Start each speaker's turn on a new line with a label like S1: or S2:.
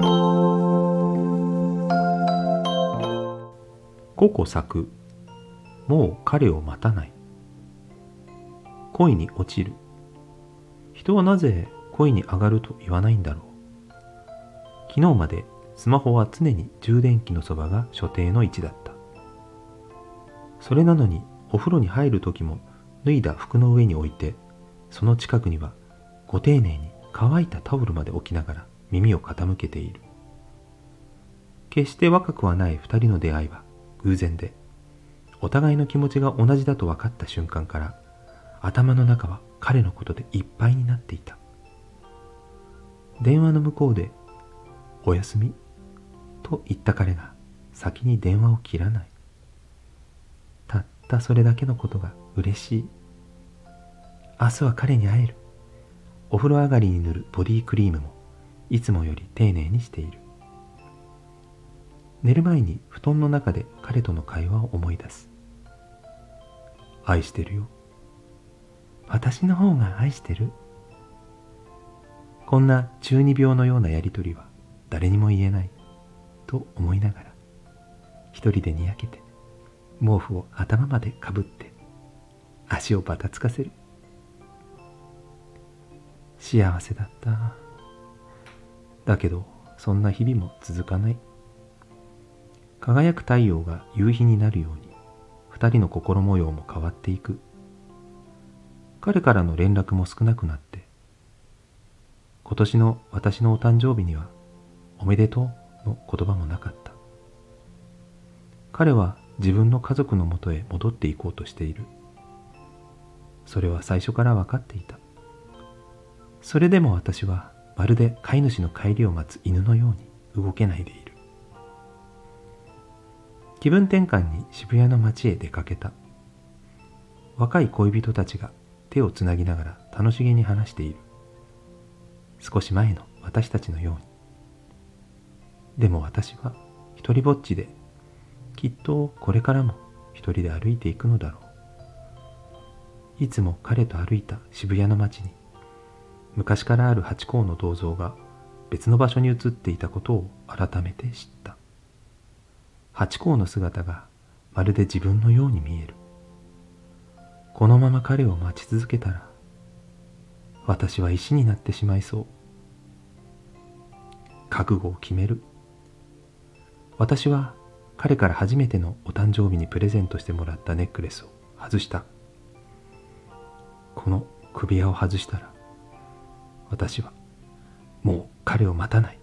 S1: 5個咲く。もう彼を待たない。恋に落ちる。人はなぜ恋に上がると言わないんだろう。昨日までスマホは常に充電器のそばが所定の位置だった。それなのにお風呂に入るときも脱いだ服の上に置いて、その近くにはご丁寧に乾いたタオルまで置きながら耳を傾けている。決して若くはない二人の出会いは偶然で、お互いの気持ちが同じだと分かった瞬間から頭の中は彼のことでいっぱいになっていた。電話の向こうでおやすみと言った彼が先に電話を切らない。たったそれだけのことが嬉しい。明日は彼に会える。お風呂上がりに塗るボディクリームもいつもより丁寧にしている。寝る前に布団の中で彼との会話を思い出す。愛してるよ。私の方が愛してる。こんな中二病のようなやりとりは誰にも言えないと思いながら、一人でにやけて毛布を頭までかぶって足をばたつかせる。幸せだった。だけどそんな日々も続かない。輝く太陽が夕日になるように二人の心模様も変わっていく。彼からの連絡も少なくなって、今年の私のお誕生日にはおめでとうの言葉もなかった。彼は自分の家族のもとへ戻っていこうとしている。それは最初から分かっていた。それでも私はまるで飼い主の帰りを待つ犬のように動けないでいる。気分転換に渋谷の街へ出かけた。若い恋人たちが手をつなぎながら楽しげに話している。少し前の私たちのように。でも私は一人ぼっちで、きっとこれからも一人で歩いていくのだろう。いつも彼と歩いた渋谷の街に、昔からあるハチ公の銅像が別の場所に移っていたことを改めて知った。ハチ公の姿がまるで自分のように見える。このまま彼を待ち続けたら、私は石になってしまいそう。覚悟を決める。私は彼から初めてのお誕生日にプレゼントしてもらったネックレスを外した。この首輪を外したら、私はもう彼を待たない。